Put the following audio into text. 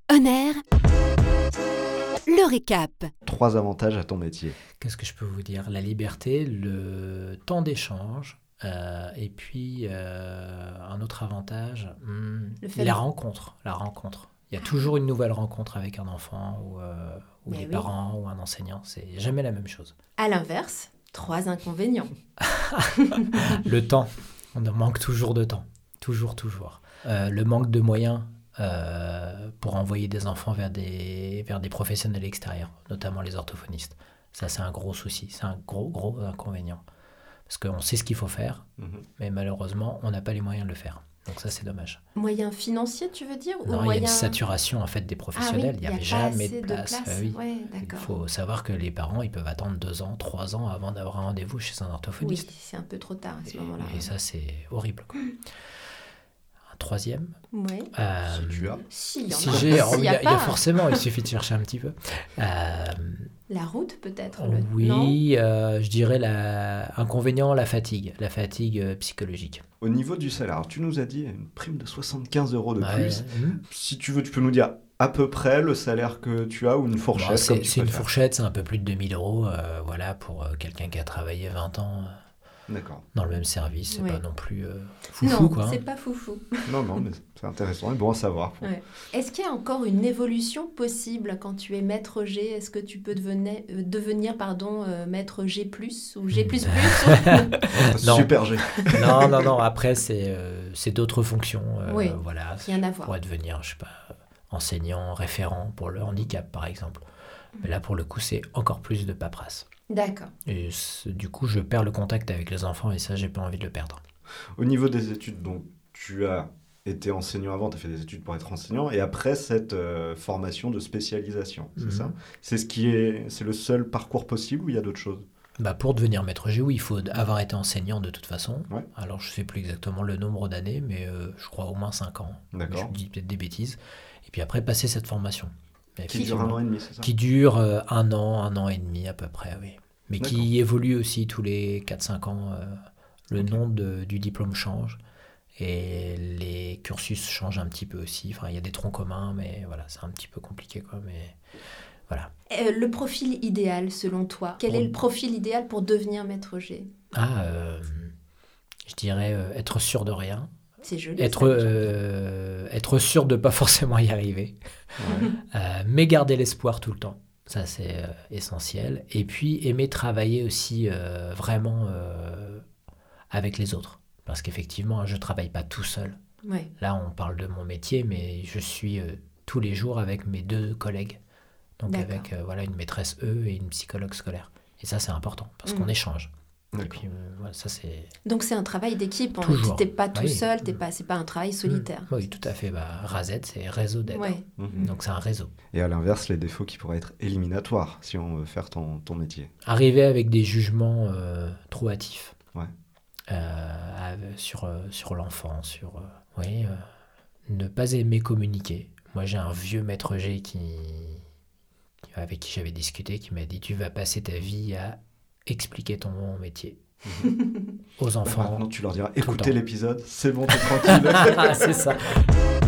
Honneur, le récap. 3 avantages à ton métier. Qu'est-ce que je peux vous dire ? La liberté, le temps d'échange, et puis un autre avantage, la rencontre. Il y a toujours une nouvelle rencontre avec un enfant ou les parents ou un enseignant. C'est jamais la même chose. À l'inverse, 3 inconvénients. Le temps. On manque toujours de temps. Toujours. Le manque de moyens pour envoyer des enfants vers des professionnels extérieurs, notamment les orthophonistes. Ça, c'est un gros souci. C'est un gros inconvénient. Parce qu'on sait ce qu'il faut faire, mais malheureusement, on n'a pas les moyens de le faire. Donc ça, c'est dommage. Moyens financiers, tu veux dire ? Non, il y a une saturation en fait, des professionnels. Il n'y avait jamais de place. Oui. Ouais, il faut savoir que les parents, ils peuvent attendre 2 ans, 3 ans avant d'avoir un rendez-vous chez un orthophoniste. Oui, c'est un peu trop tard à ce moment-là. Et ça, c'est horrible, quoi. Un troisième. Oui. Si il y a forcément, il suffit de chercher un petit peu. La route, peut-être. Je dirais l'inconvénient, la fatigue psychologique. Au niveau du salaire, tu nous as dit une prime de 75 € de plus. Si tu veux, tu peux nous dire à peu près le salaire que tu as ou une fourchette. C'est une fourchette, c'est un peu plus de 2 000 €. Pour quelqu'un qui a travaillé 20 ans dans le même service. C'est pas non plus foufou. Non, quoi. C'est pas foufou. Non, mais c'est intéressant et bon à savoir. Ouais. Est-ce qu'il y a encore une évolution possible quand tu es maître G ? Est-ce que tu peux devenir maître G+, ou G++? Super G. Non. Après, c'est d'autres fonctions. Rien à voir. Pour devenir, je sais pas, enseignant, référent pour le handicap, par exemple. Mais là, pour le coup, c'est encore plus de paperasse. D'accord. Et du coup, je perds le contact avec les enfants et ça, j'ai pas envie de le perdre. Au niveau des études, donc, tu as été enseignant avant, tu as fait des études pour être enseignant, et après cette formation de spécialisation, c'est ça ? C'est le seul parcours possible ou il y a d'autres choses ? Pour devenir maître G, oui, il faut avoir été enseignant de toute façon. Ouais. Alors, je ne sais plus exactement le nombre d'années, mais je crois au moins 5 ans. D'accord. Je dis peut-être des bêtises. Et puis après, passer cette formation. Qui dure 1 an et demi, c'est ça ? Qui dure 1 an et demi à peu près, oui. Mais qui évolue aussi tous les 4-5 ans. Le nom du diplôme change et les cursus changent un petit peu aussi. Enfin, il y a des troncs communs, mais voilà, c'est un petit peu compliqué, quoi. Mais voilà. Le profil idéal, selon toi, quel est le profil idéal pour devenir maître G ? Je dirais être sûr de rien. C'est joli. Être sûr de ne pas forcément y arriver. Mais garder l'espoir tout le temps. Ça, c'est essentiel. Et puis, aimer travailler aussi vraiment avec les autres. Parce qu'effectivement, je ne travaille pas tout seul. Ouais. Là, on parle de mon métier, mais je suis tous les jours avec mes 2 collègues. Donc, avec une maîtresse E et une psychologue scolaire. Et ça, c'est important, parce qu'on échange. Et puis, ça, c'est... Donc, c'est un travail d'équipe. Toujours. Tu n'es pas tout seul, c'est pas un travail solitaire. Oui, tout à fait. RASED, c'est réseau d'aide. Ouais. Donc, c'est un réseau. Et à l'inverse, les défauts qui pourraient être éliminatoires, si on veut faire ton métier. Arriver avec des jugements trop hâtifs. Sur l'enfant, ne pas aimer communiquer. Moi, j'ai un vieux maître G avec qui j'avais discuté, qui m'a dit « Tu vas passer ta vie à expliquer ton métier aux enfants. » Maintenant, tu leur diras « Écoutez l'épisode, c'est bon, t'es tranquille. » C'est ça.